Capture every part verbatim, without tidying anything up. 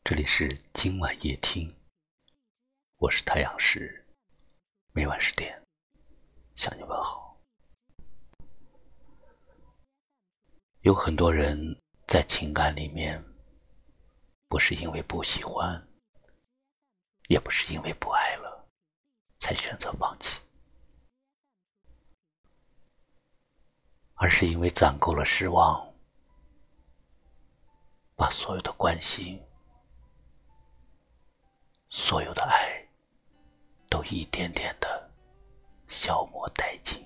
这里是今晚夜听，我是太阳石，每晚十点向你问好。有很多人在情感里面，不是因为不喜欢，也不是因为不爱了，才选择放弃，而是因为攒够了失望，把所有的关心，所有的爱都一点点的消磨殆尽。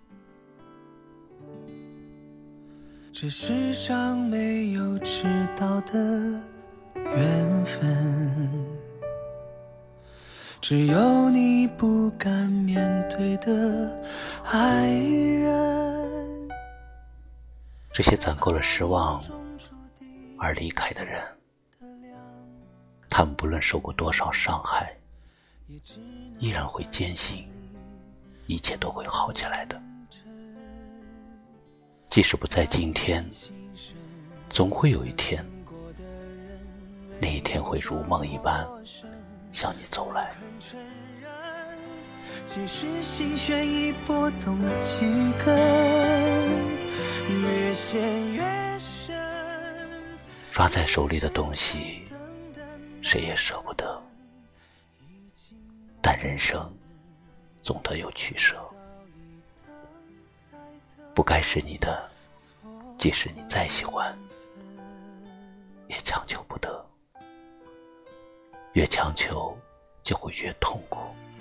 这世上没有迟到的缘分，只有你不敢面对的爱人。 这些攒够了失望而离开的人，他们不论受过多少伤害，依然会坚信一切都会好起来的。即使不在今天，总会有一天，那一天会如梦一般向你走来。 其实心弦已波动几个，越陷越深。 抓在手里的东西，谁也舍不得，但人生总得有取舍。不该是你的，即使你再喜欢，也强求不得，越强求就会越痛苦。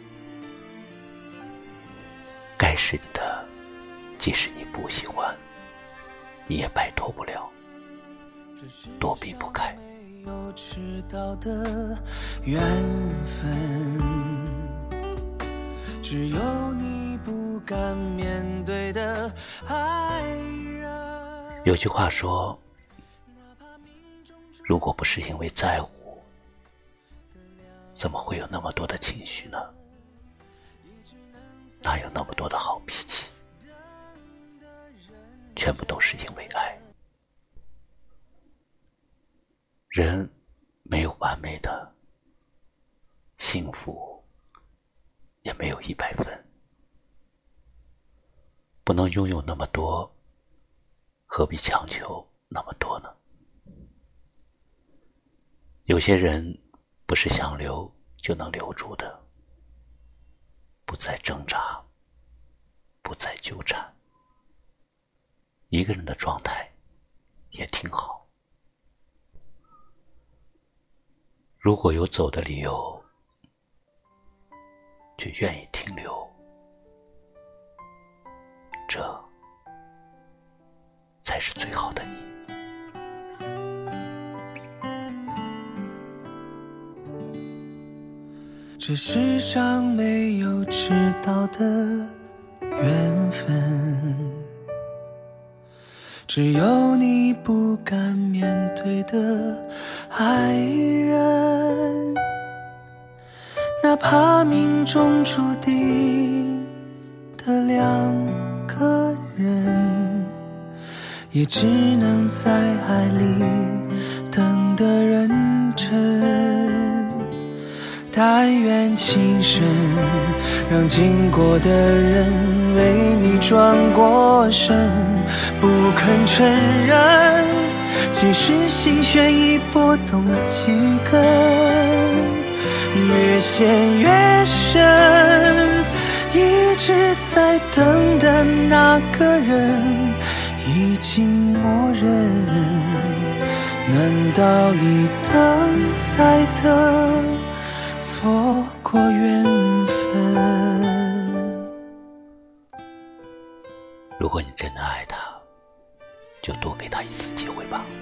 该是你的，即使你不喜欢，你也摆脱不了，躲避不开。 有迟到的缘分，只有你不敢面对的爱人。 有句话说，如果不是因为在乎，怎么会有那么多的情绪呢？哪有那么多的好脾气？全部都是因为爱。人没有完美的，幸福也没有一百分。不能拥有那么多，何必强求那么多呢？有些人不是想留就能留住的，不再挣扎，不再纠缠，一个人的状态也挺好。如果有走的理由，却愿意停留，这才是最好的你。 这世上没有迟到的缘分，只有你不敢面对的爱人。哪怕命中注定的两个人，也只能在爱里等得认真。但愿情深，让经过的人为你转过身，不肯承认，其实心弦已波动几个，越陷越深。一直在等的那个人已经默认，难道一等再等，错过缘分？ 如果你真的爱他，就多给他一次机会吧。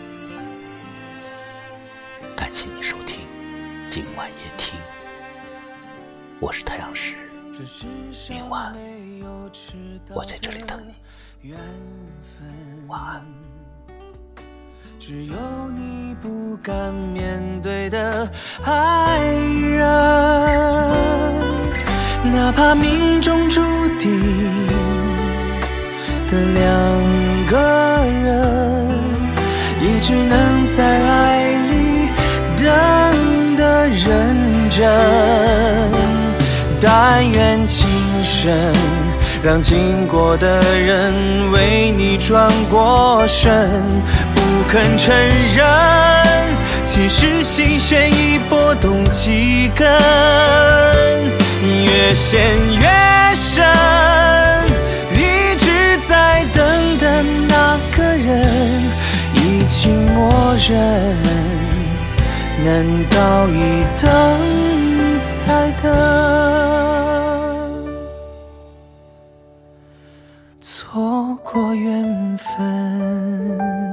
感谢你收听今晚夜听，我是太阳石，明晚我在这里等你，晚安。 只有你不敢面对的爱人，哪怕命中注定的两个人，也只能在爱里等人。但愿情深，让经过的人为你转过身，不肯承认，其实心弦已拨动几根，越陷越深，一直在等的那个人已经默认，难道一等再等，错过缘分？